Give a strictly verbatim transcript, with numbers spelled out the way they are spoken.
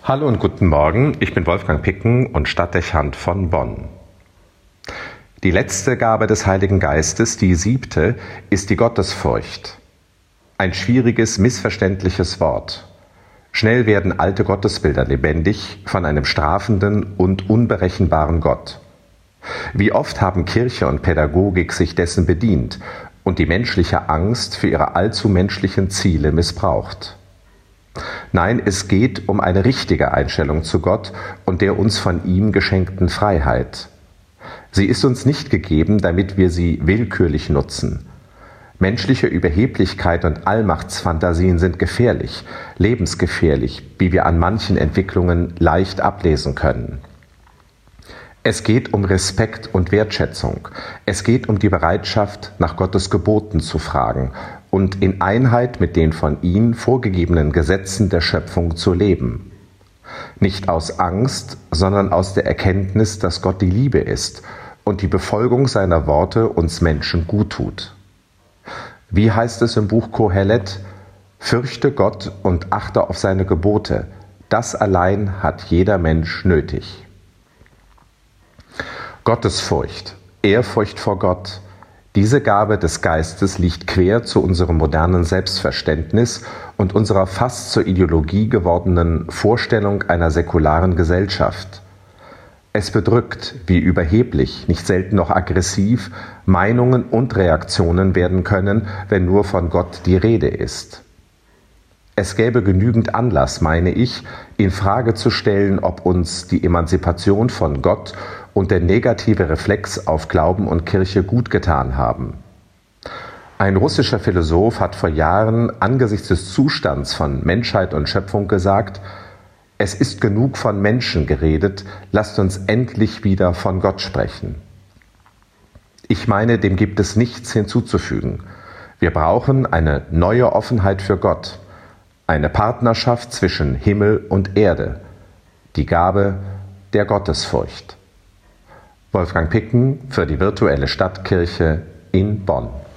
Hallo und guten Morgen, ich bin Wolfgang Picken und Stadtdechant von Bonn. Die letzte Gabe des Heiligen Geistes, die siebte, ist die Gottesfurcht. Ein schwieriges, missverständliches Wort. Schnell werden alte Gottesbilder lebendig von einem strafenden und unberechenbaren Gott. Wie oft haben Kirche und Pädagogik sich dessen bedient und die menschliche Angst für ihre allzu menschlichen Ziele missbraucht. Nein, es geht um eine richtige Einstellung zu Gott und der uns von ihm geschenkten Freiheit. Sie ist uns nicht gegeben, damit wir sie willkürlich nutzen. Menschliche Überheblichkeit und Allmachtsfantasien sind gefährlich, lebensgefährlich, wie wir an manchen Entwicklungen leicht ablesen können. Es geht um Respekt und Wertschätzung. Es geht um die Bereitschaft, nach Gottes Geboten zu fragen und in Einheit mit den von ihm vorgegebenen Gesetzen der Schöpfung zu leben. Nicht aus Angst, sondern aus der Erkenntnis, dass Gott die Liebe ist und die Befolgung seiner Worte uns Menschen guttut. Wie heißt es im Buch Kohelet? Fürchte Gott und achte auf seine Gebote. Das allein hat jeder Mensch nötig. Gottesfurcht, Ehrfurcht vor Gott, diese Gabe des Geistes liegt quer zu unserem modernen Selbstverständnis und unserer fast zur Ideologie gewordenen Vorstellung einer säkularen Gesellschaft. Es bedrückt, wie überheblich, nicht selten noch aggressiv, Meinungen und Reaktionen werden können, wenn nur von Gott die Rede ist. Es gäbe genügend Anlass, meine ich, in Frage zu stellen, ob uns die Emanzipation von Gott und der negative Reflex auf Glauben und Kirche gut getan haben. Ein russischer Philosoph hat vor Jahren angesichts des Zustands von Menschheit und Schöpfung gesagt: Es ist genug von Menschen geredet, lasst uns endlich wieder von Gott sprechen. Ich meine, dem gibt es nichts hinzuzufügen. Wir brauchen eine neue Offenheit für Gott, eine Partnerschaft zwischen Himmel und Erde, die Gabe der Gottesfurcht. Wolfgang Picken für die virtuelle Stadtkirche in Bonn.